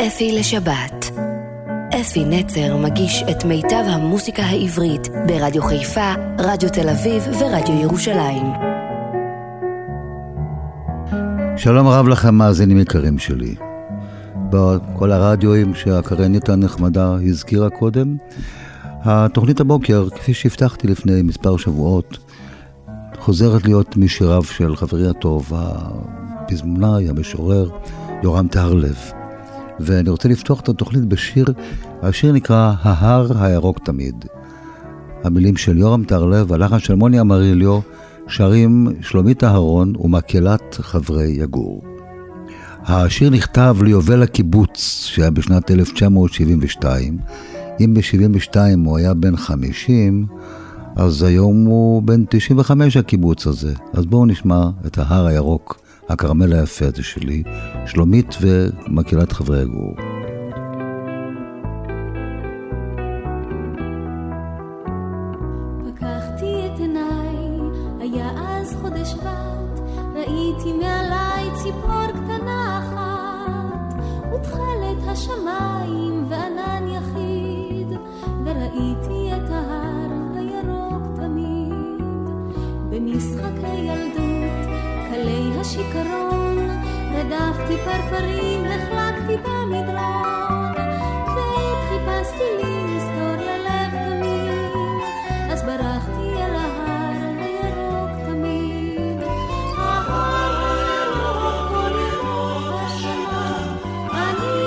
אפי לשבת. אפי נצר מגיש את מיטב המוסיקה העברית ברדיו חיפה, רדיו תל אביב ורדיו ירושלים. שלום רב לכם מאזינים יקרים שלי. בכל הרדיואים שהקרנית הנחמדה הזכירה קודם, התוכנית הבוקר, כפי שהבטחתי לפני מספר שבועות, חוזרת להיות משיריו של חברי הטוב, הפזמונאי, המשורר, יורם טהרלב. ואני רוצה לפתוח את התוכנית בשיר, השיר נקרא ההר הירוק תמיד. המילים של יורם טהרלב, הלחן של מוני אמריליו, שרים שלומית אהרון ומקהלת חברי יגור. השיר נכתב ליובל הקיבוץ שהיה בשנת 1972. אם ב-72 הוא היה בן 50, אז היום הוא בן 95 הקיבוץ הזה. אז בואו נשמע את ההר הירוק, הקרמל היפה הזה שלי, שלומית ומקהלת חברי יגור. השמיים וענן יחיד, וראיתי את ההר הירוק תמיד. במשחקי ילדות, קלי השיקרון, רדפתי פרפרים, נחלקתי במדרון, ועת חיפשתי לי מסתור ללב תמיד, אז ברחתי אל ההר הירוק תמיד. ההר הירוק כל ירוק השנה, אני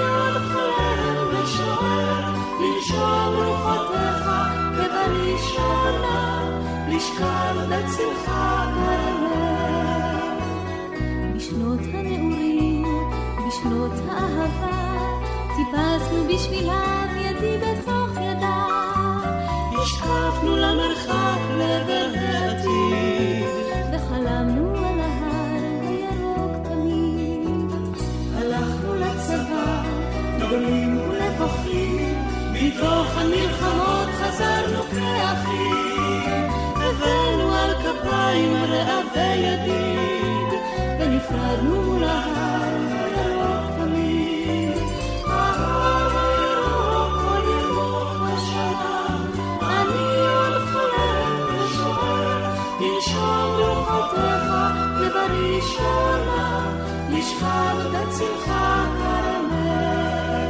לשאול רוחותיך כבראשונה, לשכב בצלך כרמל. בשנות הנעורים, בשנות האהבה, טיפסנו בשבילם ידי בתוך ידה, השקפנו למרחק לעבר העתיד, וחלמנו על ההר הירוק תמיד. הלכנו לצבא, גדולים ולבוכים, מתוך המלחמות חזרנו כאחים, הבאנו על כפיים רעבי ידיד, ונפרדנו מול ההר הירוק תמיד. ההר הירוק כל ירוק השנה, אני עוד חולם ושואל, לנשום רוחותיך כבראשונה, לשכב בצלך כרמל.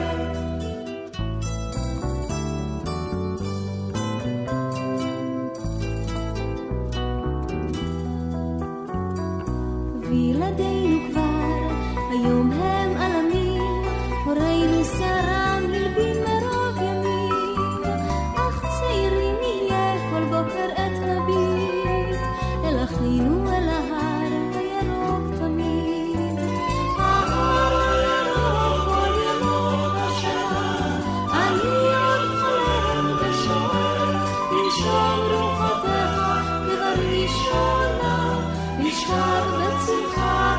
וילדינו כבר, היום הם עלמים, הורינו שערם נלבין מרוב ימים, אך צעירים נהיה כל בוקר עת נביט, אל אחינו אל ההר הירוק תמיד. ההר הירוק כל ירוק השנה, אני עוד חולם ושואל, לנשום רוחותיך כבראשונה, לשכב בצלך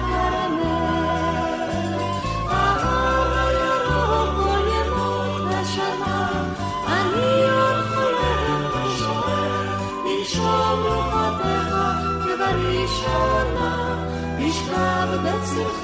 כרמל. ההר הירוק כל ירוק השנה, אני עוד חולם ושואל, לנשום רוחותיך כבראשונה, לשכב בצלך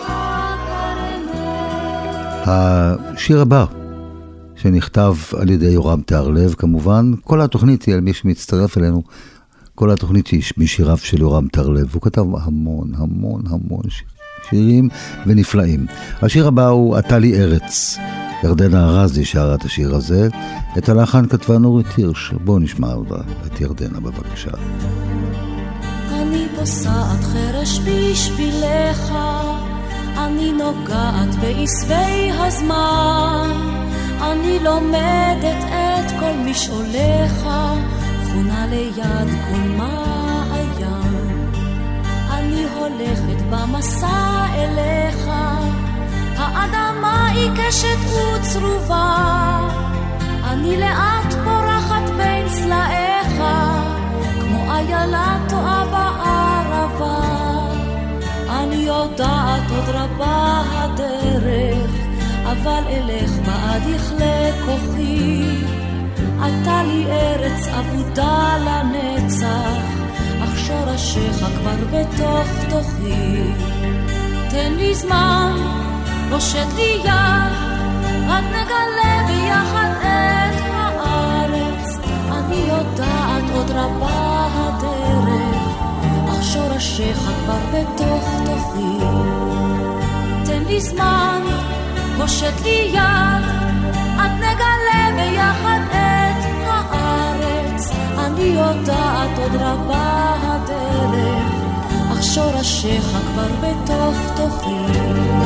כרמל. השיר הבא שנכתב על ידי יורם טהרלב, כמובן כל התוכנית היא על מי שמצטרף אלינו, כל התוכנית היא משיריו של יורם טהרלב. הוא כתב המון המון המון שירים ונפלאים. השיר הבא הוא אתה לי ארץ. ירדנה ארזי שרה את השיר הזה. את הלחן כתבה נורית הירש. בואו נשמע את ירדנה בבקשה. אני פוסעת חרש בשבילך, אני נוגעת בעשבי הזמן, אני לומדת את כל משעוליך, חונה ליד כל מעיין. אני הולכת במסע אליך, האדמה היא קשת וצרובה, אני לאט פורחת בין צלעיך, כמו איילה טועה בערבה. אני יודעת עוד רבה הדרך, אבל אלך בעד יכלה כוחי. אתה לי ארץ עבודה לנצח, אך שורשיך כבר בתוך תוכי. תן לי זמן, פושט לי יד, עד נגלה ביחד את הארץ. אני יודעת עוד רבה הדרך, אך שורשיך כבר בתוך תוכי. תן לי זמן, הושט לי יד, עד נגלה ביחד את הארץ. אני יודעת עוד רבה הדרך, אך שורשיך כבר בתוך תוכי.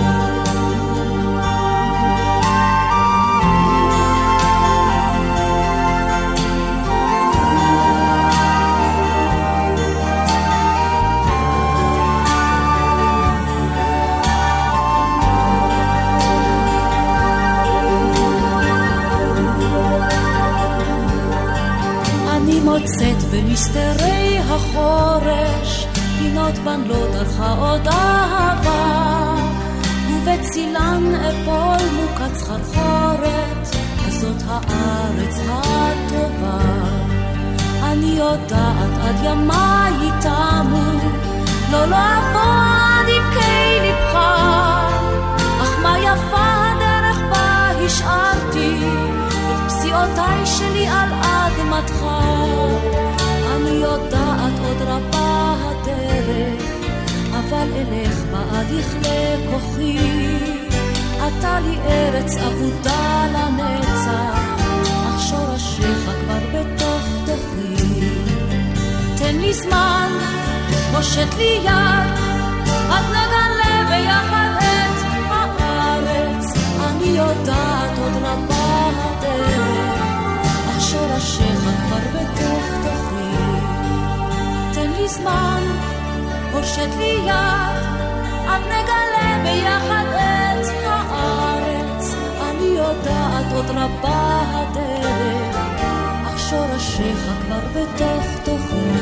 מוצאת במסתרי החורש פינות בן לא דרכה עוד אהבה, ובצילן אפול מוקת סחרחורת, הזאת הארץ הטובה. אני יודעת עד ימיי תמו, לא אבוא דמקי לבך, אך מה יפה הדרך בה השארתי את פסיעותיי שלי על אדמתך. אני יודעת עוד רבה הדרך, אבל אלך בעד יכלה כוחי. אתה לי ארץ אבודה לנצח, אך שורשיך כבר בתוך תוכי. תן לי זמן, הושט לי יד, עד נגלה ביחד את הארץ. אני יודעת עוד רבה הדרך, אך שורשיך כבר בתוך תוכי. תן לי זמן, הושט לי יד, עד נגלה ביחד את הארץ. אני יודעת עוד רבה הדרך, אך שורשיך כבר בתוך תוכי.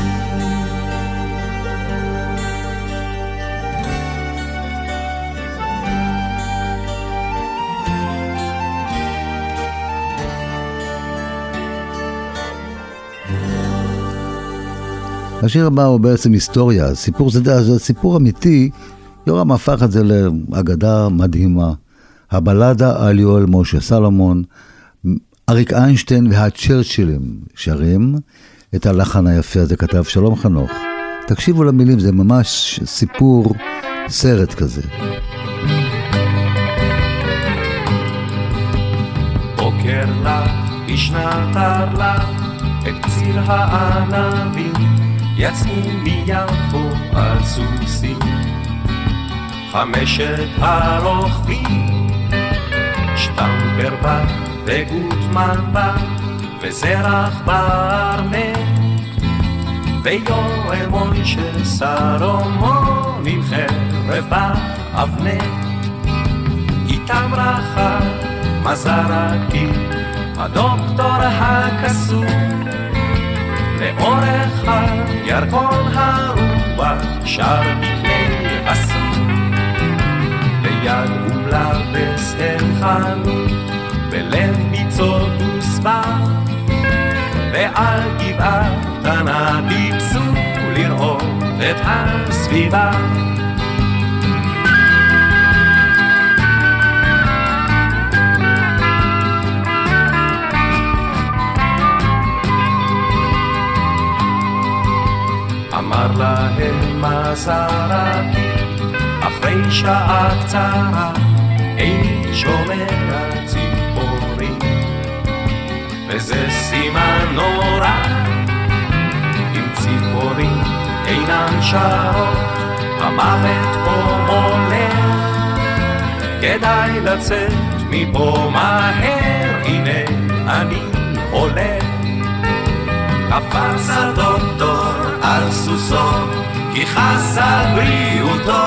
השיר הבא הוא בעצם היסטוריה, סיפור, זה סיפור אמיתי. יורם הפך את זה לאגדה מדהימה. הבלדה על יואל משה סלומון, אריק איינשטיין והצ'רצ'ילים שרים את הלחן היפה הזה, כתב שלום חנוך. תקשיבו למילים, זה ממש סיפור סרט כזה. בוקר לך, ישנתר לך, את ציר הענבים, יצאו מיפו על סוסים, חמשת הרוכבים, שטמפר בה וגוטמן בה וזרח ברמת, ויואל משה סלומון עם חרב באבנת. איתם רחב מזרקי הדוקטור הקסום, לאורך הירקון הרוח שר בקנה הסום, ביד ומלבס אל חנות בלב ביצות וסבר, ועל גבעה קטנה טיפסו לראות את הסביבה. אמר להם מזרקי אחרי שעה קצרה, איני שומע ציפורים, וזה סימן נורא. אם ציפורים אינן שרות, המוות פה מולך, כדאי לצאת מפה מהר, הנה אני הולך. קפץ הדוקטור על סוסו, כי חס על בריאותו,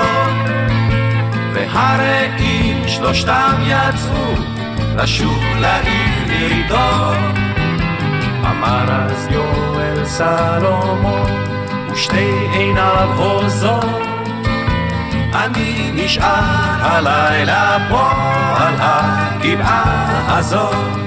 והרעים שלושתם יצאו לשוב לעיר ירידו. אמר אז יואל סלומון ושתי עיניו הוזות, אני נשאר הלילה פה על הגבעה הזאת.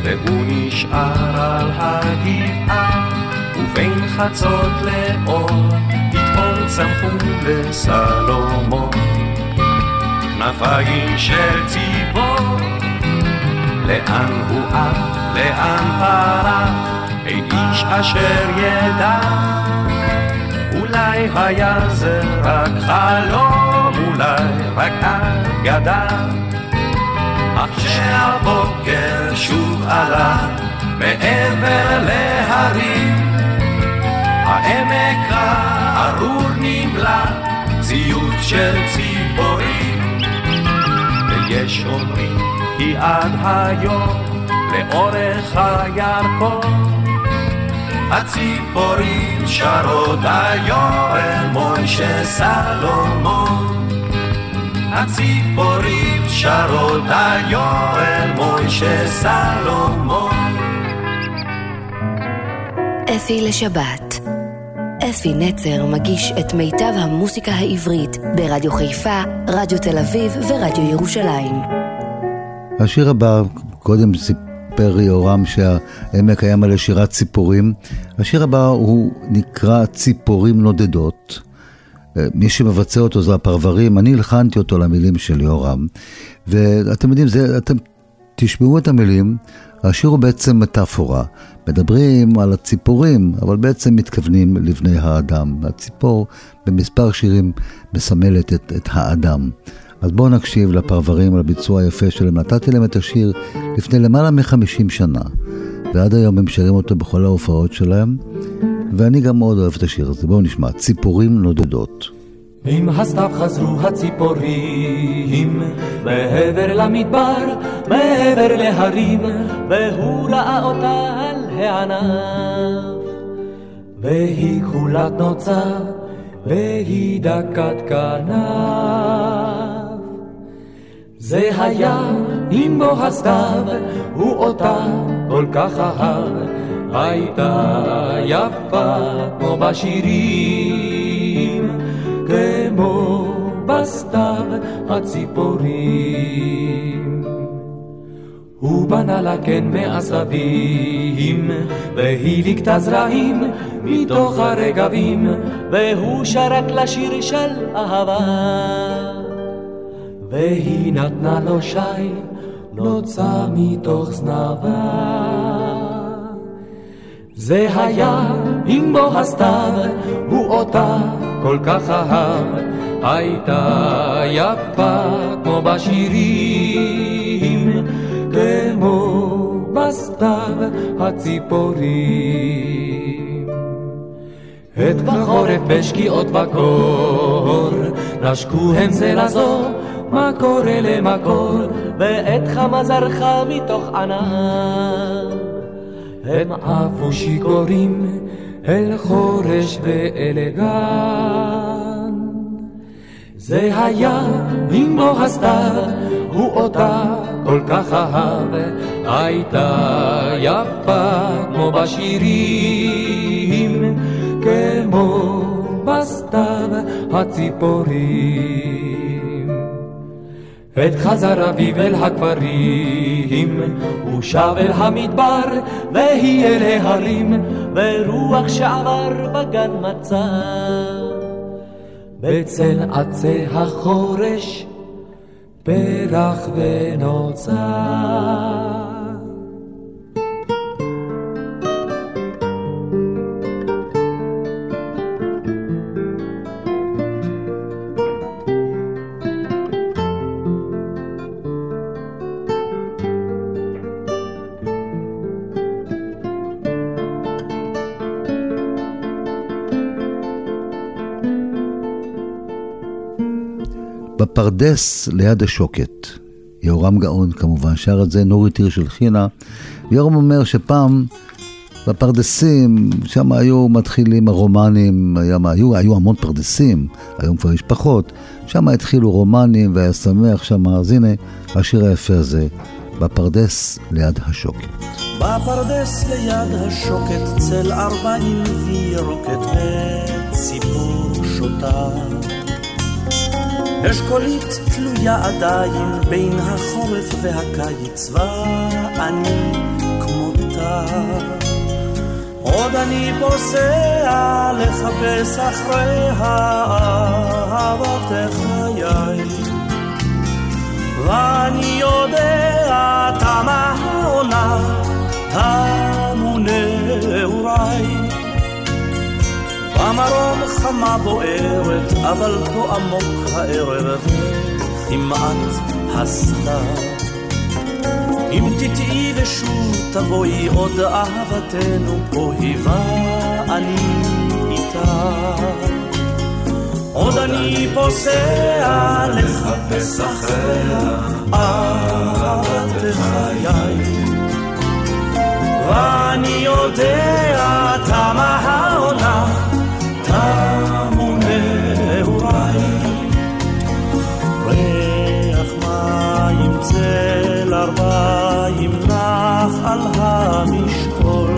והוא נשאר על הגבעה, ובין חצות לאור פתאום צמחו לסלומון כנפיים של ציפור. לאן הוא עף, לאן פרח, אין איש אשר ידע. אולי היה זה רק חלום, אולי רק אגדה. אך כשהבוקר שוב עלה מעבר להרים, העמק הארור נמלא ציוץ של ציפורים. ויש אומרים כי עד היום לאורך הירקון הציפורים שרות היורל מוישה סלומון. הציפורים שרות היורל מוישה סלומון. אפי לשבת. אפי נצר מגיש את מיטב המוסיקה העברית ברדיו חיפה, רדיו תל אביב ורדיו ירושלים. השיר הבא, קודם סיפר יורם שהעמק היה מלא שירת ציפורים. השיר הבא הוא נקרא ציפורים נודדות. מי שמבצע אותו זה הפרברים. אני הלחנתי אותו למילים של יורם. ואתם יודעים, אתם תשמעו את המילים. השיר הוא בעצם מטאפורה. מדברים על הציפורים, אבל בעצם מתכוונים לבני האדם. הציפור במספר שירים מסמלת את האדם. אז בואו נקשיב לפרברים, על הביצוע היפה שלהם. נתתי להם את השיר לפני למעלה מ-50 שנה, ועד היום הם שרים אותו בכל ההופעות שלהם, ואני גם מאוד אוהב את השיר הזה. בואו נשמע, ציפורים נודדות. עם הסתיו חזרו הציפורים מעבר למדבר, מעבר להרים, והוא ראה אותה על הענף, והיא כולת נוצה והיא דקת כנף. זה היה עם בו הסתיו, הוא אותה כל כך אהב, הייתה יפה כמו בשירים, כמו בסתיו הציפורים. הוא בנה לה כן מעשבים, והיא ליקטה זרעים מתוך הרגבים, והוא שרק לשיר של אהבה, והיא נתנה לו שי נוצה מתוך זנבה. זה היה עם בו הסתיו, הוא אותה כל כך אהב, הייתה יפה כמו בשירים, כמו בסתיו הציפורים. את בחורף בשקיעות בקור נשקו הם זה לזו מקור אלה מקור, ואת חמה זרחה מתוך ענן. הם עפו שיכורים אל חורש ואל גן. זה היה עם בו הסתיו, הוא אותה כל כך אהב, הייתה יפה כמו בשירים, כמו בסתיו הציפורים. עת חזר אביב אל הכפרים, הוא שב אל המדבר, והיא אל ההרים, ורוח שעבר בגן מצא, בצל עצי החורש פרח ונוצר. בפרדס ליד השוקת, יורם גאון כמובן שר את זה, נורית עיר של חינה. יורם אומר שפעם בפרדסים, שם היו מתחילים הרומנים, היו המון פרדסים, היום כבר יש פחות, שם התחילו רומנים והיה שמח שם. אז הנה השיר היפה הזה, בפרדס ליד השוקת. בפרדס ליד השוקת צל 40 וירוקת וציפור שותה, אשכולית תלויה עדיין בין החורף והקיץ, ואני אותה. עוד אני פוסע לחפש אחרי אהבתך חיי, ואני יודע תמה העונה, תמו נעוריי. במרום חמה בוערת, אבל פה עמוק הערב כמעט הסתר. אם תטעי ושוב תבואי עוד אהבתנו פה היווה אני איתה. עוד אני פוסע לחפש אחריה אהבתך חיי, ואני יודע תמה העונה, תמו נעוריי. ריח מים צל ארבעים נח על המשעול,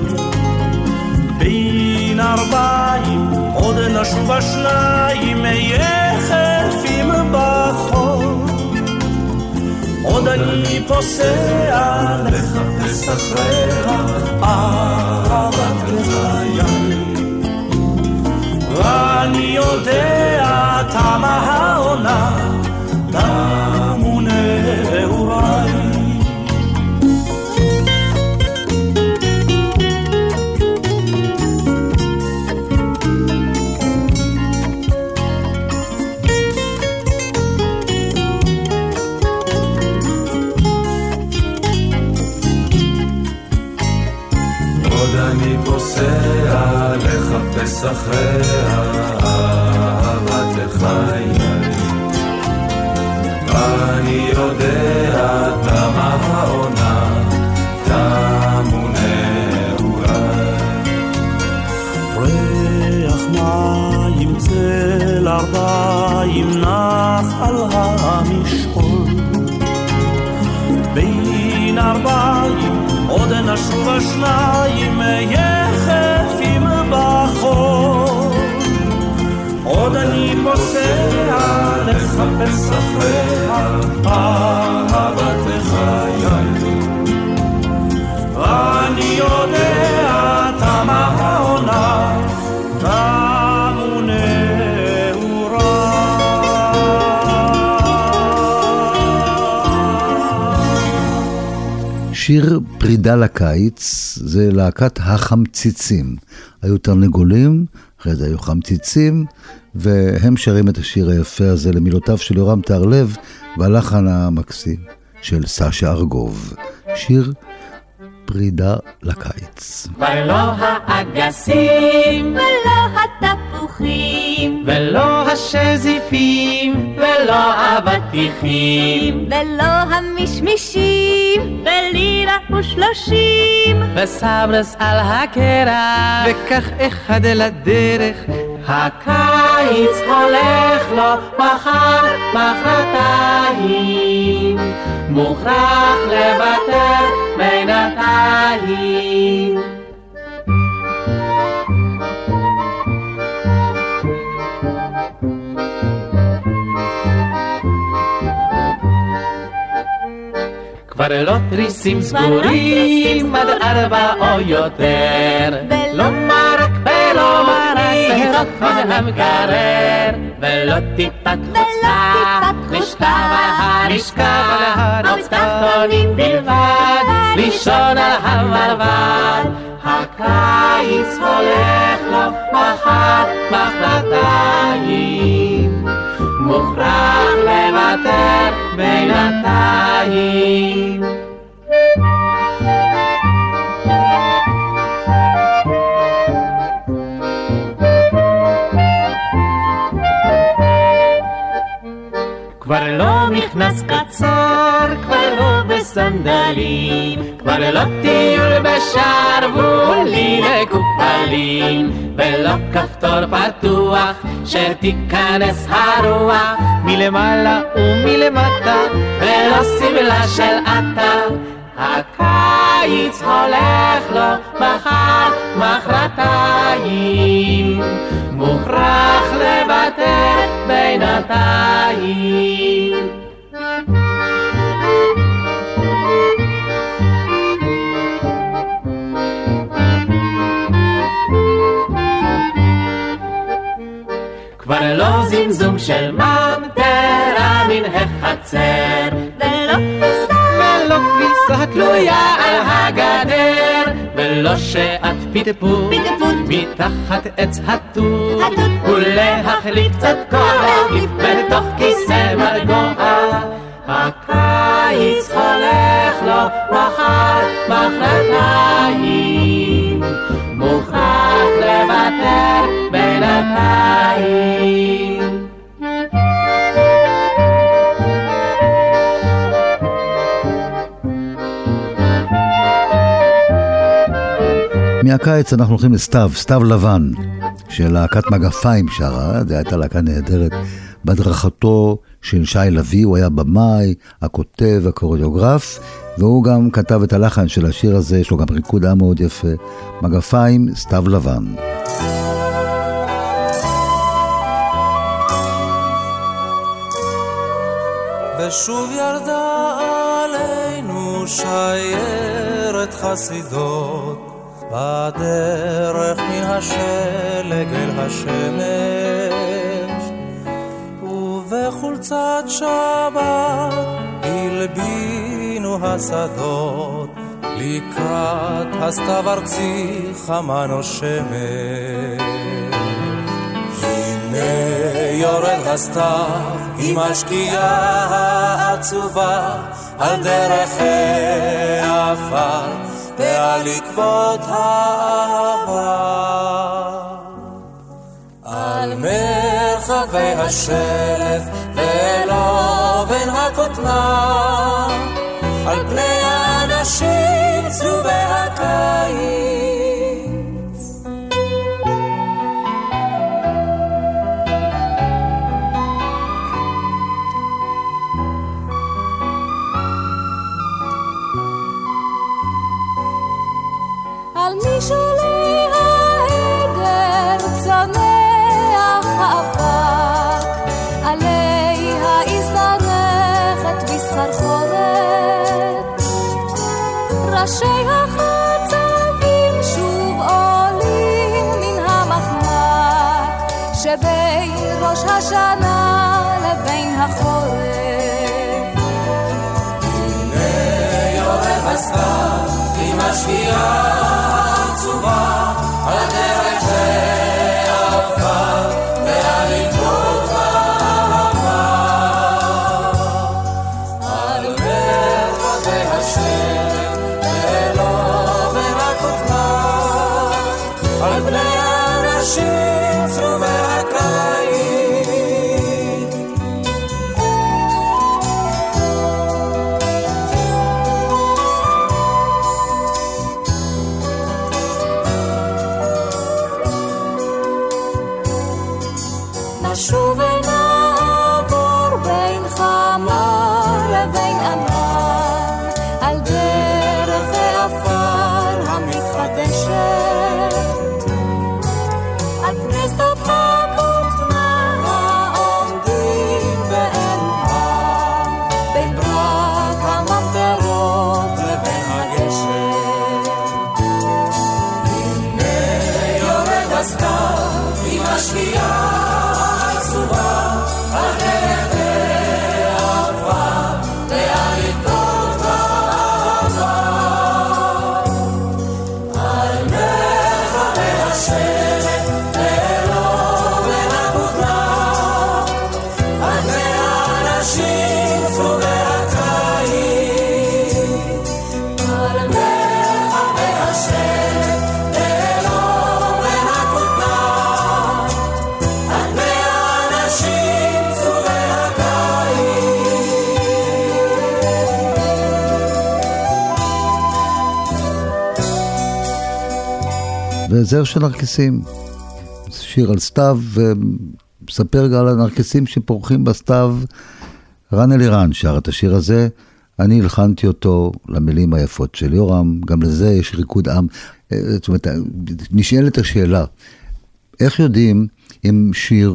בין ארבעים עוד נשוב השניים יחפים בחול. עוד אני פוסע לחפש אחריה אהבתך חיי, ואני יודע תמה העונה, תמו נעוריי. עוד אני פוסע לחפש אחריה אהבתך חיי, ואני יודע תמה העונה, תמו נעוריי. ריח מים צל ארבעים נח על המשעול, בין ארבעים עוד נשוב השניים יחפים בחול. עוד אני פוסע לחפש אחריה אהבתך חיי, ואני יודע תמה העונה, תמו נעוריי. שיר פרידה לקיץ זה להקת החמציצים. היו תרנגולים, אחרי זה היו חמציצים, והם שרים את השיר היפה הזה למילותיו של יורם טהרלב והלחן המקסים של סשה ארגוב. שיר פרידה לקיץ. ולא האגסים ולא התפוחים ולא השזיפים ולא האבטיחים ולא המשמישים ולירה ושלושים וסברס על הקרח וכך אחד לדרך. הקיץ הולך לו מחר מחרתיים, מוכרח לוותר בינתיים. כבר לא תריסים סגורים עד 4 או יותר, ולא מרק ולא מרק והמקרר, ולא טיפת חוצה לשכב על המשכב, עוד תחתונים בלבד לישון על המרבד. הקיץ הולך לו מחר מחרתיים, מוכרח לוותר בינתיים. כבר לא מכנס קצר, כבר לא בסנדלים, כבר לא טיול בשרוולים מקופלים, ולא כפתור פתוח שתיכנס הרוח מלמעלה ומלמטה, ולא סמלה של עטה. הקיץ הולך לו מחר מחרתיים, מוכרח לוותר בינתיים. זמזום של ממטרה מן החצר, ולא כביסה תלויה על הגדר, ולא שאת פטפוט מתחת עץ התות, ולהחליף קצת כוח בתוך כיסא מרגוע. הקיץ הולך לו מחרתיים, מוכרח לוותר בינתיים. מהקיץ אנחנו הולכים סתיו לבן, של להקת מגפיים שרה, זו הייתה להקה נהדרת, בהדרכתו של שי לוי, הוא היה במאי, הכותב, הקוריאוגרף, והוא גם כתב את הלחן של השיר הזה, יש לו גם ריקוד מאוד יפה, מגפיים, סתיו לבן. ושוב ירדה עלינו שיירת חסידות, בדרך מן השלג אל השמש, ובחולצת שבת הלבינו השדות, לקראת הסתיו ארצי חמה נושמת. הנה יורד הסתיו, היא משקיעה עצובה על דרך העפר ועל עקבות האהבה, על מרחבי השלף ולא בין הכותנה, על פני האנשים צהובי הקיץ. על מישולי העגל צונח האבק, עליה הזדרכת בסחרחורת, ראשי החצבים שוב עולים מן המחנק, שבין ראש השנה לבין החורף. הנה יורד הסתיו, היא משקיעה עצובה על דרך העפר ועל עקבות האהבה, על מרחבי השלג ולא בין הכותנה, על בני האנשים צהובי הקיץ. נשוב ונעבור בין חמה לבין ענן, על דרך העפר המתחדשת, על פני שדות הכותנה העומדים בעלמם, בין ברק הממטרות לבין הגשם. הנה יורד הסתיו, היא משקיעה על דרך העפר ועל עקבות האהבה, על מרחבי השלג ולא בין הכותנה, על פני האנשים צהובי הקיץ, על מרחבי השלג ולא בין הכותנה, על פני האנשים צהובי הקיץ. וזר של נרקיסים, שיר על סתיו, ומספר גם על הנרקיסים שפורחים בסתיו. רן אלירן שר את השיר הזה, אני הלחנתי אותו למילים היפות של יורם, גם לזה יש ריקוד עם. זאת אומרת, נשאלת השאלה, איך יודעים אם שיר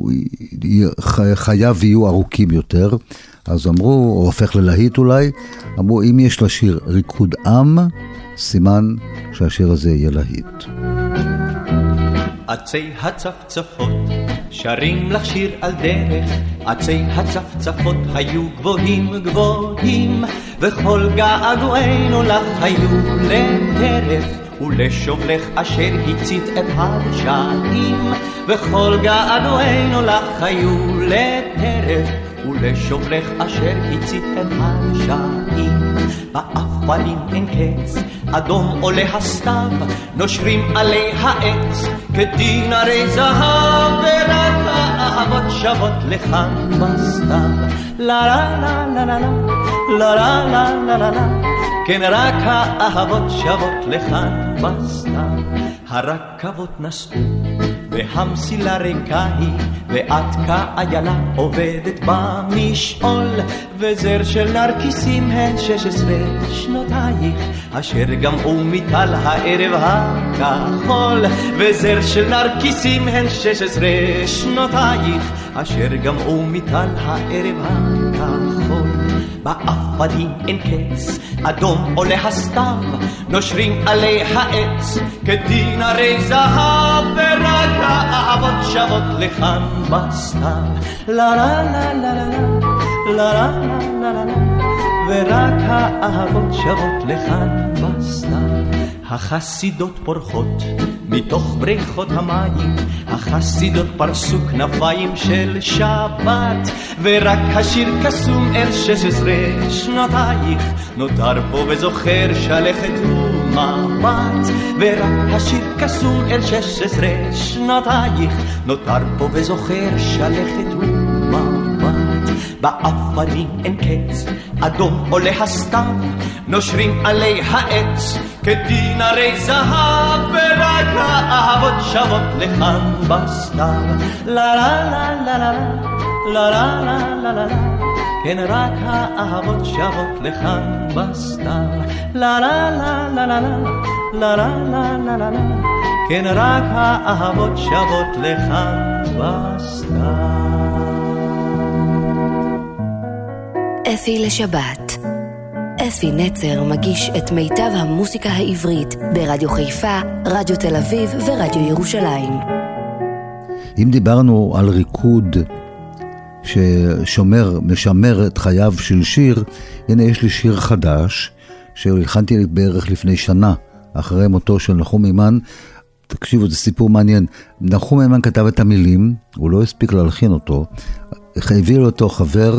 חייו יהיו ארוכים יותר? אז אמרו, או הופך ללהיט אולי, אמרו, אם יש לשיר ריקוד עם, סימן שהשיר הזה יהיה להיט. עצי הצפצפות שרים לך שיר על דרך, עצי הצפצפות היו גבוהים גבוהים, וכל געגועינו לך היו לטרף, ולשובלך אשר הצית את הרשעים, וכל געגועינו לך היו לטרף, ולשובלך אשר הצית את הרשעים. באפלים אין קץ, אדום עולה הסתיו, נושרים עלי העץ כדינרי זהב, ורק האהבות שבות לכאן בסתיו. לה לה לה לה לה לה לה לה לה לה לה, כן רק האהבות שבות לכאן בסתיו. הרכבות נסעו והמסילה ריקה היא, ואת כאיילה עובדת במשעול, וזר של נרקיסים הן 16 שנותייך, אשר גמעו מטל הערב הכחול, וזר של נרקיסים הן 16 שנותייך, אשר גמעו מטל הערב הכחול. באפלים אין קץ, אדום עולה הסתיו, נושרים עלי העץ כדינרי זהב, ורק האהבות שבות לכאן בסתיו. לה לה לה לה לה לה לה לה לה, ורק האהבות שבות לכאן בסתיו. החסידות פורחות מתוך בריכות המים, החסידות פרסו כנפיים של שבת, ורק השיר קסום 16 שנותייך נותר פה וזוכר שלכת ומבט, ורק השיר קסום 16 שנותייך נותר פה וזוכר שלכת ומבט. באפלים אין קץ, אדום עולה הסתיו, נושרים עלי העץ כדינרי זהב, ורק האהבות שבות לכאן בסתיו. לה לה לה לה לה לה לה לה לה לה, כן רק האהבות שבות לכאן בסתיו. לה לה לה לה לה לה לה לה לה לה, כן רק האהבות שבות לכאן בסתיו. אפי לשבת. אפי נצר מגיש את מיטב המוסיקה העברית ברדיו חיפה, רדיו תל אביב ורדיו ירושלים. אם דיברנו על ריקוד משמר את חייו של שיר, הנה יש לי שיר חדש שהלחנתי בערך לפני שנה אחרי מותו של נחום מימן. תקשיבו, זה סיפור מעניין. נחום מימן כתב את המילים, הוא לא הספיק להלחין אותו, הביא לו אותו חבר,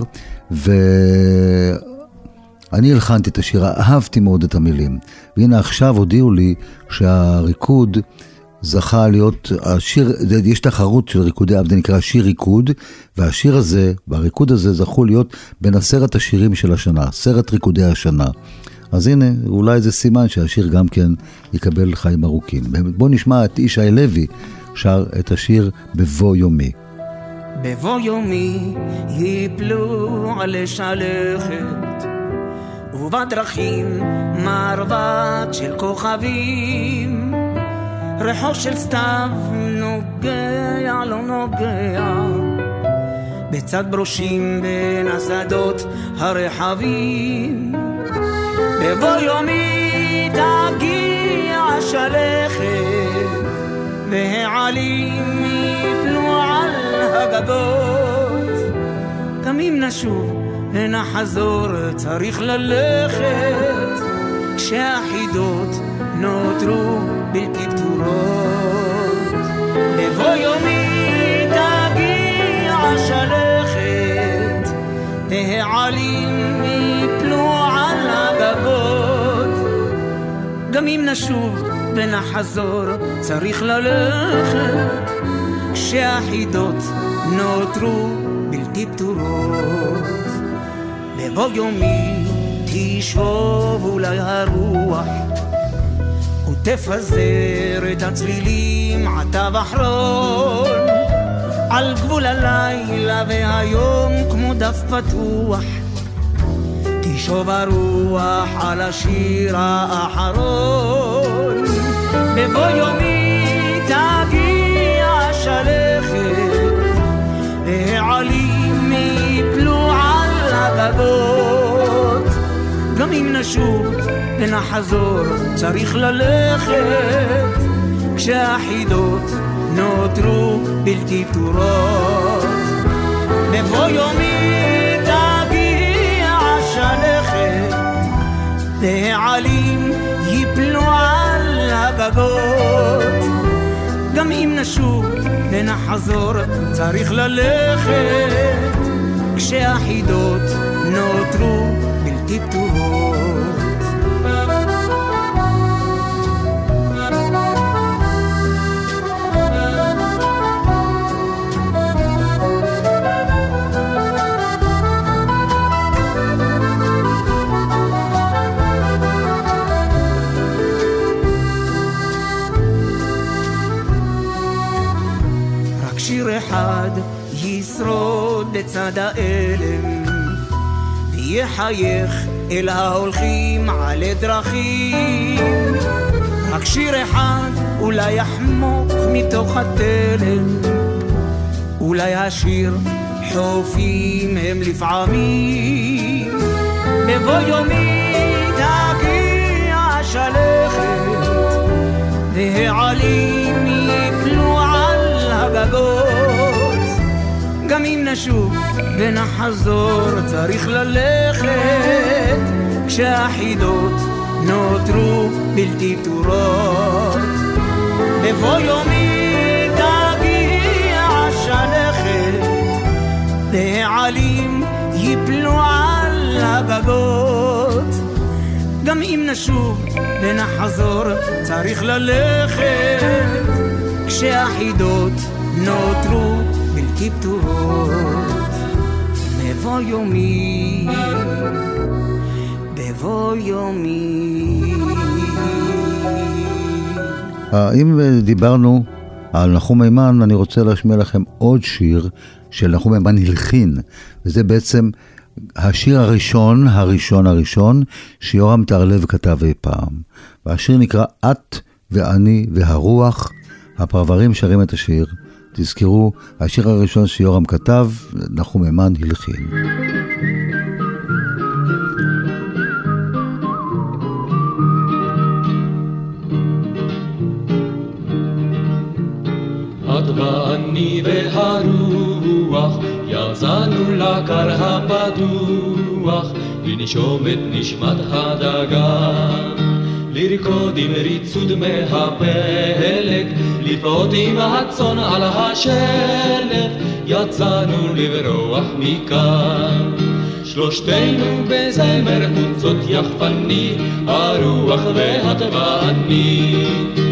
ואני הלחנתי את השיר, אהבתי מאוד את המילים, והנה עכשיו הודיעו לי שהריקוד זכה להיות, השיר, יש תחרות של ריקודי אב, זה נקרא שיר ריקוד, והשיר הזה, והריקוד הזה זכו להיות בין 10 השירים של השנה, 10 ריקודי השנה. אז הנה, אולי זה סימן שהשיר גם כן יקבל חיים ארוכים. בואו נשמע את ישי לוי שר את השיר בבוא יומי. בבוא יומי יפלו על שלכת, ובדרכים מרבט של כוכבים, ריחו של סתיו נוגע לא נוגע, בצד ברושים בין השדות הרחבים. בבוא יומי תגיע שלכת, והעלים יפלו על הגגות, גם אם נשוב ונחזור צריך ללכת, כשהחידות נותרו בלתי פתורות. בבוא יומי תגיע שלכת, והעלים יפלו על הגגות, גם אם נשוב ונחזור צריך ללכת, כשהחידות נותרו בלתי פתורות. בבוא יומי תשוב אולי הרוח, ותפזר את הצלילים עטב אחרון, על גבול הלילה והיום כמו דף פתוח, תשוב הרוח על השיר האחרון. בבוא יומי תגיע שלכת, והעלים יפלו על הגגות, גם אם נשוב ונחזור צריך ללכת, כשהחידות נותרו בלתי פתורות. בבוא יומי תגיע השלכת, והעלים ייפלו על הגגות. גם אם נשוב ונחזור צריך ללכת, כשהחידות נותרו בלתי פתורות. שיר אחד ישרוד לצד האלם, ויחייך אל ההולכים על דרכים. רק שיר אחד אולי יחמוק מתוך התלם, אולי השיר חופים הם לפעמים. בבוא יומי תגיע השלכת, והעלים יפלו על הגגות. גם אם נשוב ונחזור צריך ללכת, כשהחידות נותרו בלתי פתורות. בבוא יומי תגיע השלכת, והעלים ייפלו על הגגות. גם אם נשוב ונחזור צריך ללכת, כשהחידות נותרו בלתי פתורות. בבוא יומי, בבוא יומי. אם דיברנו על נחום מימן, אני רוצה להשמיע לכם עוד שיר של נחום מימן הלחין, וזה בעצם השיר הראשון שיורם טהרלב כתב אי פעם. והשיר נקרא את ואני והרוח. הפרברים שרים את השיר. תזכרו, השיר הראשון שיורם כתב, נחום מימן הלחין. את ואני והרוח יצאנו לקר הפתוח, לנשום את נשמת הדגן, לרקוד עם ריצוד מהפלג, לפעוד עם הצאן על השלג. יצאנו לברוח מכאן, שלושתנו בזמר חוצות יחפני, הרוח ואת ואני.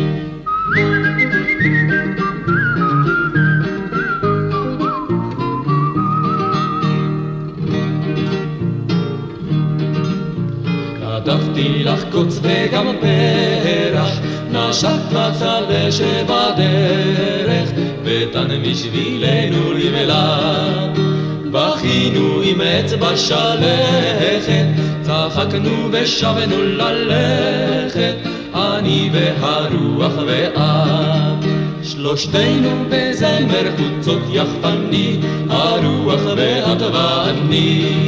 כתבתי לך קוץ וגם פרח, נשק מצל ושבדרך, ותן בשבילנו למלה. בכינו עם אצבע שלכת, צחקנו ושבנו ללכת, אני והרוח ואת. שלושתנו בזמר חוצות יחפני, הרוח ואת ואני.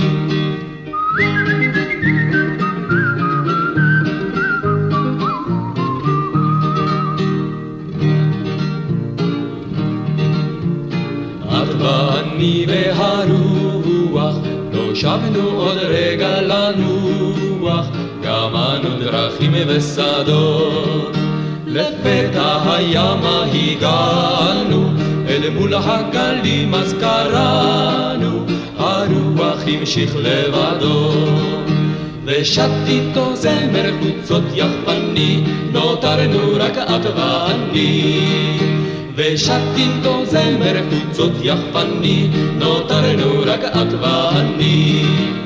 ואני והרוח לא שבנו עוד רגע לנוח, גמנו דרכים ושדות, לפתע הימה הגענו, אל מול הגלים אז קראנו, הרוח המשיך לבדו. ושט איתו זמר חוצות יחפני, נותרנו רק את ואני. ושט איתו זמר חוצות יחפני, נותרנו רק את ואני.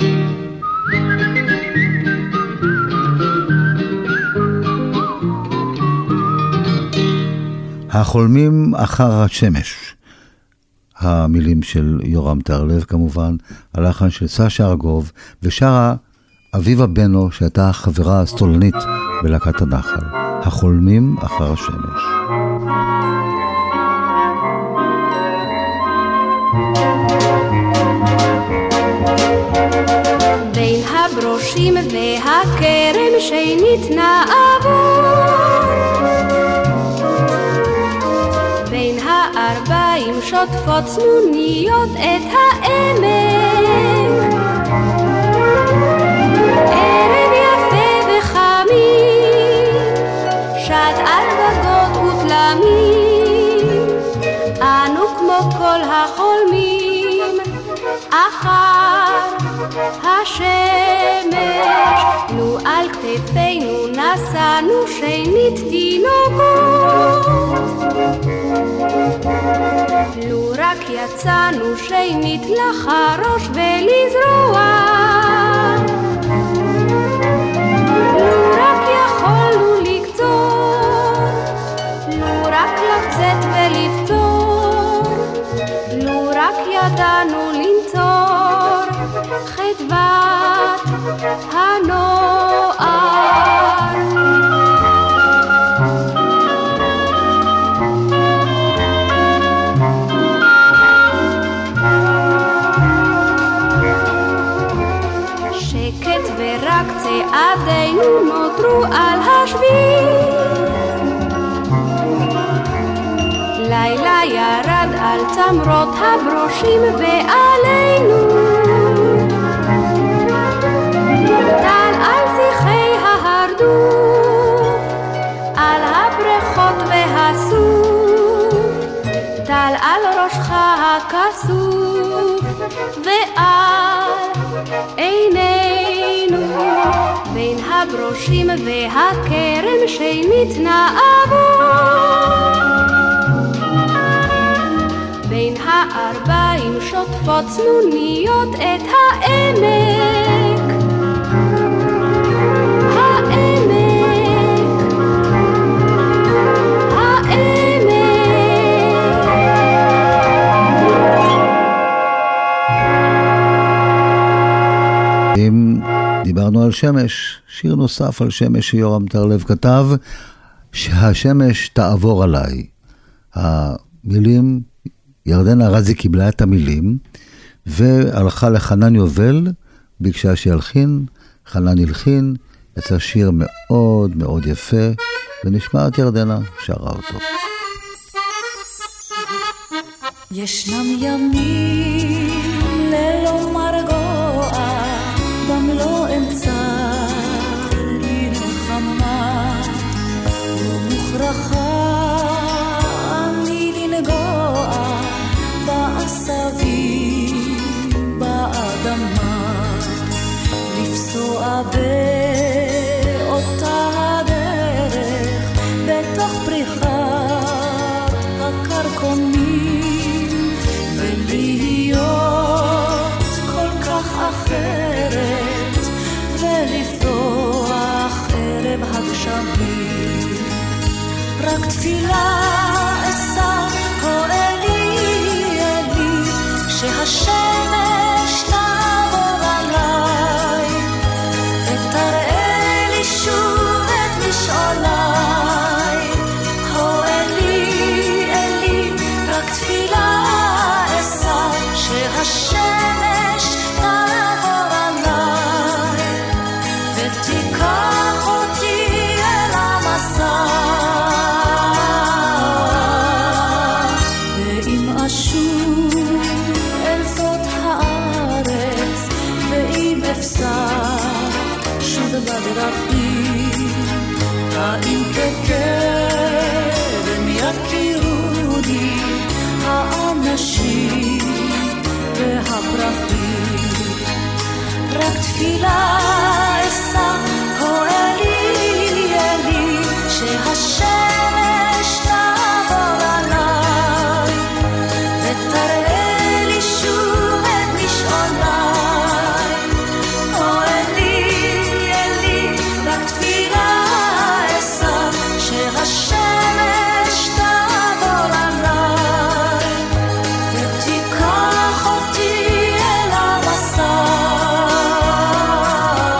החולמים אחר השמש, המילים של יורם טהרלב כמובן, הלחן של סשה ארגוב, ושרה אביבה בנו שהייתה חברה הסטולנית בלהקת הנחל. החולמים אחר השמש. בין הברושים והכרם שניתנה אבות, בין שוטפות צנוניות את העמק. ערב יפה וחמים, שט על גגות ותלמים, אנו כמו כל החולמים אחר השמש. נו על כתפינו נשאנו שנית תינוקות, לו רק יצאנו שנית לחרוש ולזרוע, לו רק יכולנו לקצור, לו רק לצאת ולפתור, לו רק ידענו לנצור חדוות הנוער. שקט ורק צעדינו נותרו על השביל, לילה ירד על צמרות הברושים ועלינו, טל על שיחי ההרדוף, על הבריכות והסוף, טל על ראשך הכסוף ועל עינינו, בין הברושים והכרם שנית נעבור, בין הארבעים שוטפות צנוניות את העמק. דיברנו על שמש, שיר נוסף על שמש שיורם טרלב כתב, שהשמש תעבור עליי. המילים, ירדנה ארזי קיבלה את המילים, והלכה לחנן יובל, ביקשה שילחין, חנן הלחין, יצא שיר מאוד מאוד יפה, ונשמע את ירדנה, שרה אותו. ישנם ימים ללא מרגוע, במלוא אמצע לנחמה, ומוכרחה אני לנגוע בעשבים באדמה, לפסוע באותה הדרך בתוך פריחת הקרקומים, ולהיות כל כך אחרת ולפרוח ערב הגשמים. רק תפילה אשא אלי אלי, שהשמש תעבור עליי ותראה לי שוב את משעוליי. אלי אלי, רק תפילה אשא שהשמש תעבור עליי ותיקח אותי אל המסע. ואם אשוב אל זאת הארץ, ואם אפסע שוב בדרכים, האם כקדם יכירוני האנשים והפרחים. רק תפילה אשא אלי אלי, שהשמש תעבור עליי ותראה לי שוב את משעוליי. אלי אלי, רק תפילה אשא שהשמש תעבור עליי ותיקח אותי אל המסע.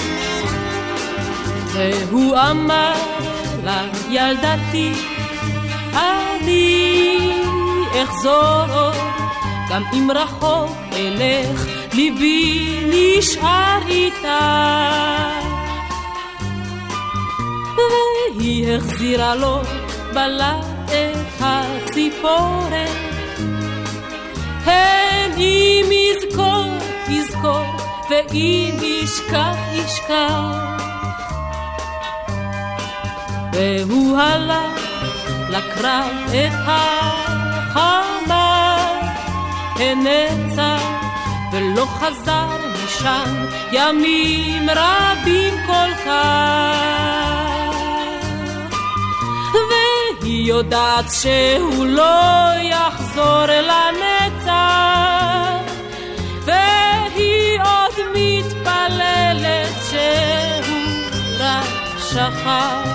והוא אמר לה, ילדתי, אני אחזור עוד, גם אם רחוק אלך, ליבי נשאר איתה. והיא החזירה לו בלט את הציפורן, הן אם יזכור, יזכור, ואם ישכח, ישכח. והוא הלך לקרב את החמה, הנצח ולא חזר משם ימים רבים כל כך. והיא יודעת שהוא לא יחזור לנצח, והיא עוד מתפללת שהוא רק שכח.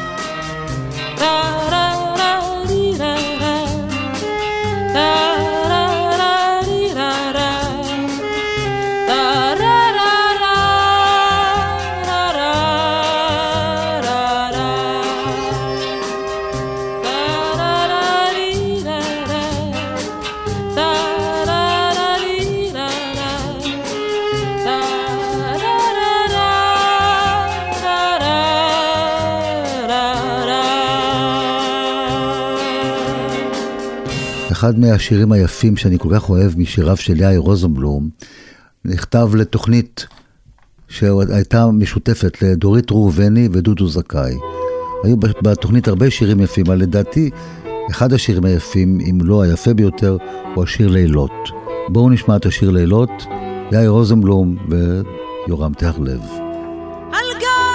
אחד מהשירים היפים שאני כל כך אוהב משיריו של יאיר רוזנבלום, נכתב לתוכנית שהייתה משותפת לדורית ראובני ודודו זכאי. היו בתוכנית הרבה שירים יפים, אבל לדעתי אחד השירים היפים, אם לא היפה ביותר, הוא השיר לילות. בואו נשמע את השיר לילות, יאיר רוזנבלום ויורם תהרלב. על גב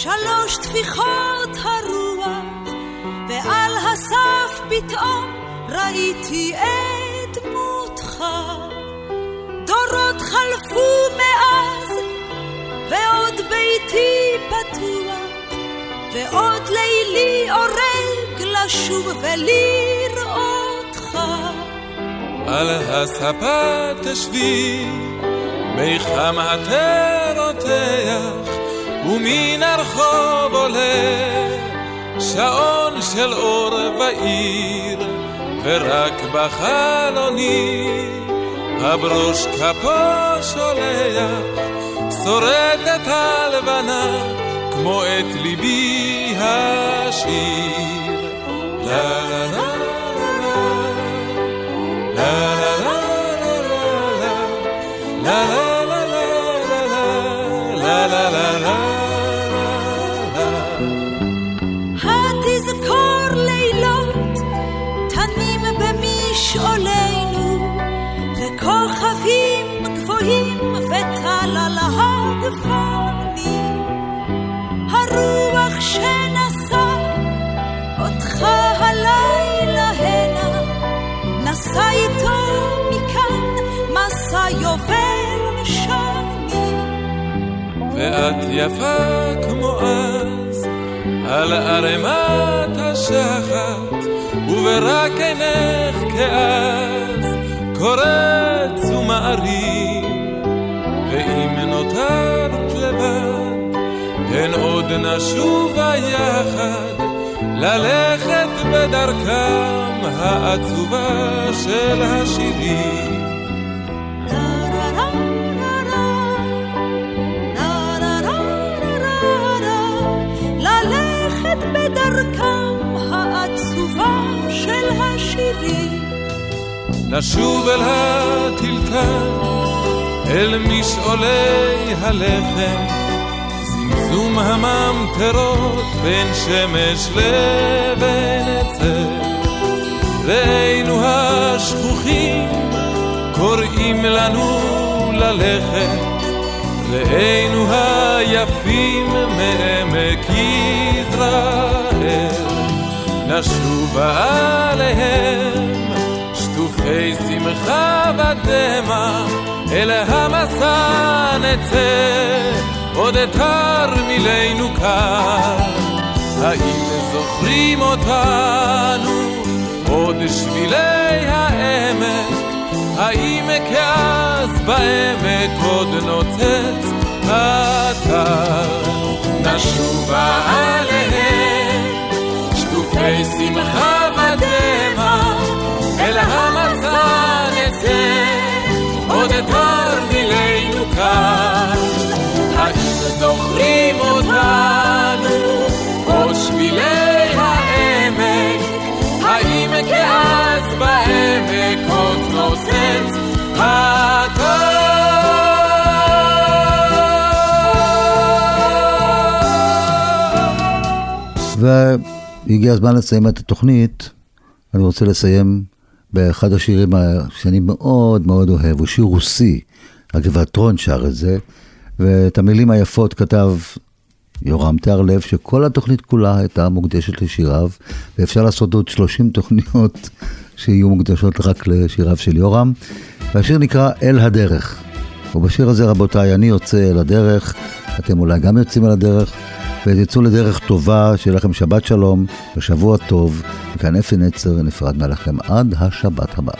שלוש טפיחות הרוח, ועל הסף פתאום ראיתי את דמותך. דורות חלפו מאז, ועוד ביתי פתוח, ועוד לילי אורג לשוב ולראותך. על הספה תשבי, מיחם התר רותח, ומן הרחוב עולה שעון של אור בעיר, ורק בחלוני הברוש כפו שולח, שורדת הלבנה כמו את ליבי השיר. לה לה לה לה לה לה לה לה לה לה. התזכור לילות תנים במשעולנו, וכוכבים גבוהים וטל על הגפנים. הרוח שנשא אותך הלילה הנה, נסע איתו מכאן מסע יובל שנים. ואת יפה כמו אז על ערמת השחת, וברק עינך כאז קורץ ומערים. ואם נותרת לבד, הן עוד נשובה יחד, ללכת בדרכם העצובה של השירים. ללכת בדרכם העצובה של השירים. נשוב אל הטלטל, אל משעולי הלחם, זמזום הממטרות בין שמש לבין עצר. ראינו השכוחים קוראים לנו ללכת, ראינו היפים מעמק יזרעאל. נשובה עליהם שטופי שמחה ודמע, אל המסע נצא עוד תרמילנו כאן. האם זוכרים אותנו עוד שבילי העמק? האם כאז בעמק עוד נוצץ אתר? נשובה עליהם שטופי שמחה ודמע, אל המסע נצא עוד תרמילנו כאן. האם זוכרים אותנו עוד שבילי העמק? האם כאז בעמק עוד נוצץ אתר? והגיע הזמן לסיים את התוכנית. אני רוצה לסיים באחד השירים שאני מאוד מאוד אוהב, הוא שיר רוסי, הגבעתרון שר את זה, ואת המילים היפות כתב יורם תיארלב, שכל התוכנית כולה הייתה מוקדשת לשיריו, ואפשר לעשות עוד 30 תוכניות שיהיו מוקדשות רק לשיריו של יורם. והשיר נקרא אל הדרך, ובשיר הזה רבותיי, אני יוצא אל הדרך, אתם אולי גם יוצאים על הדרך, ותצאו לדרך טובה, שיהיה לכם שבת שלום ושבוע טוב. וכאן אפי נצר נפרד מהלכם עד השבת הבאה.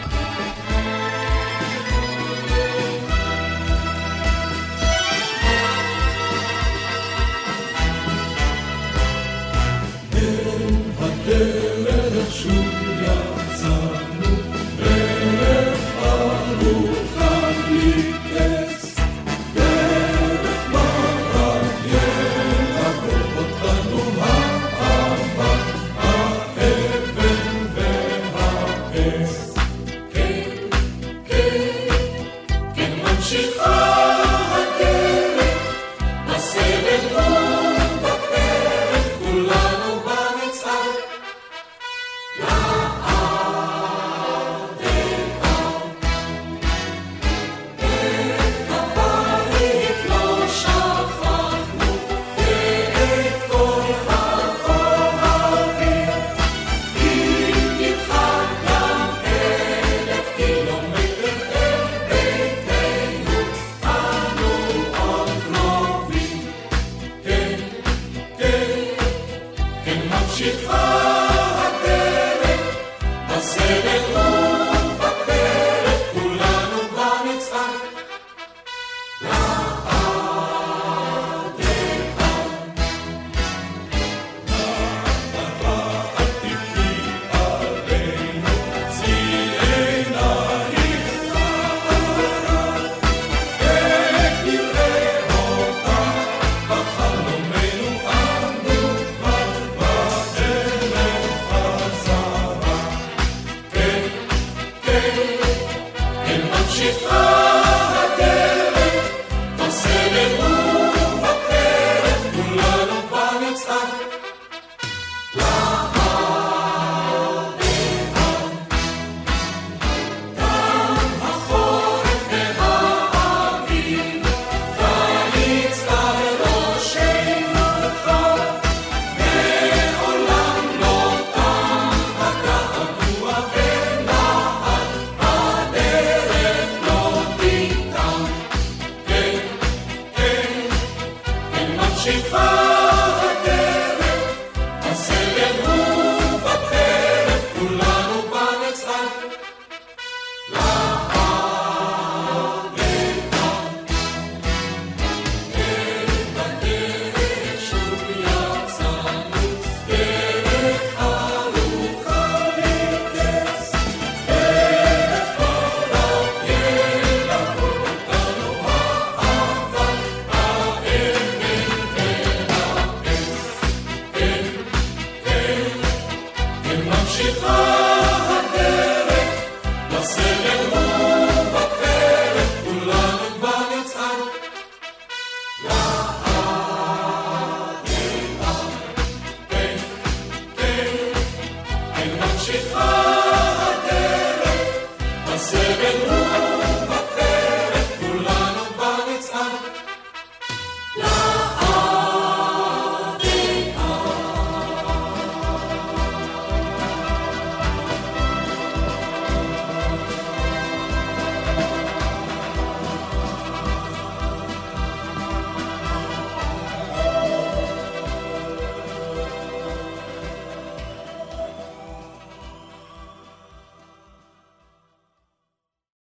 Hey שכבה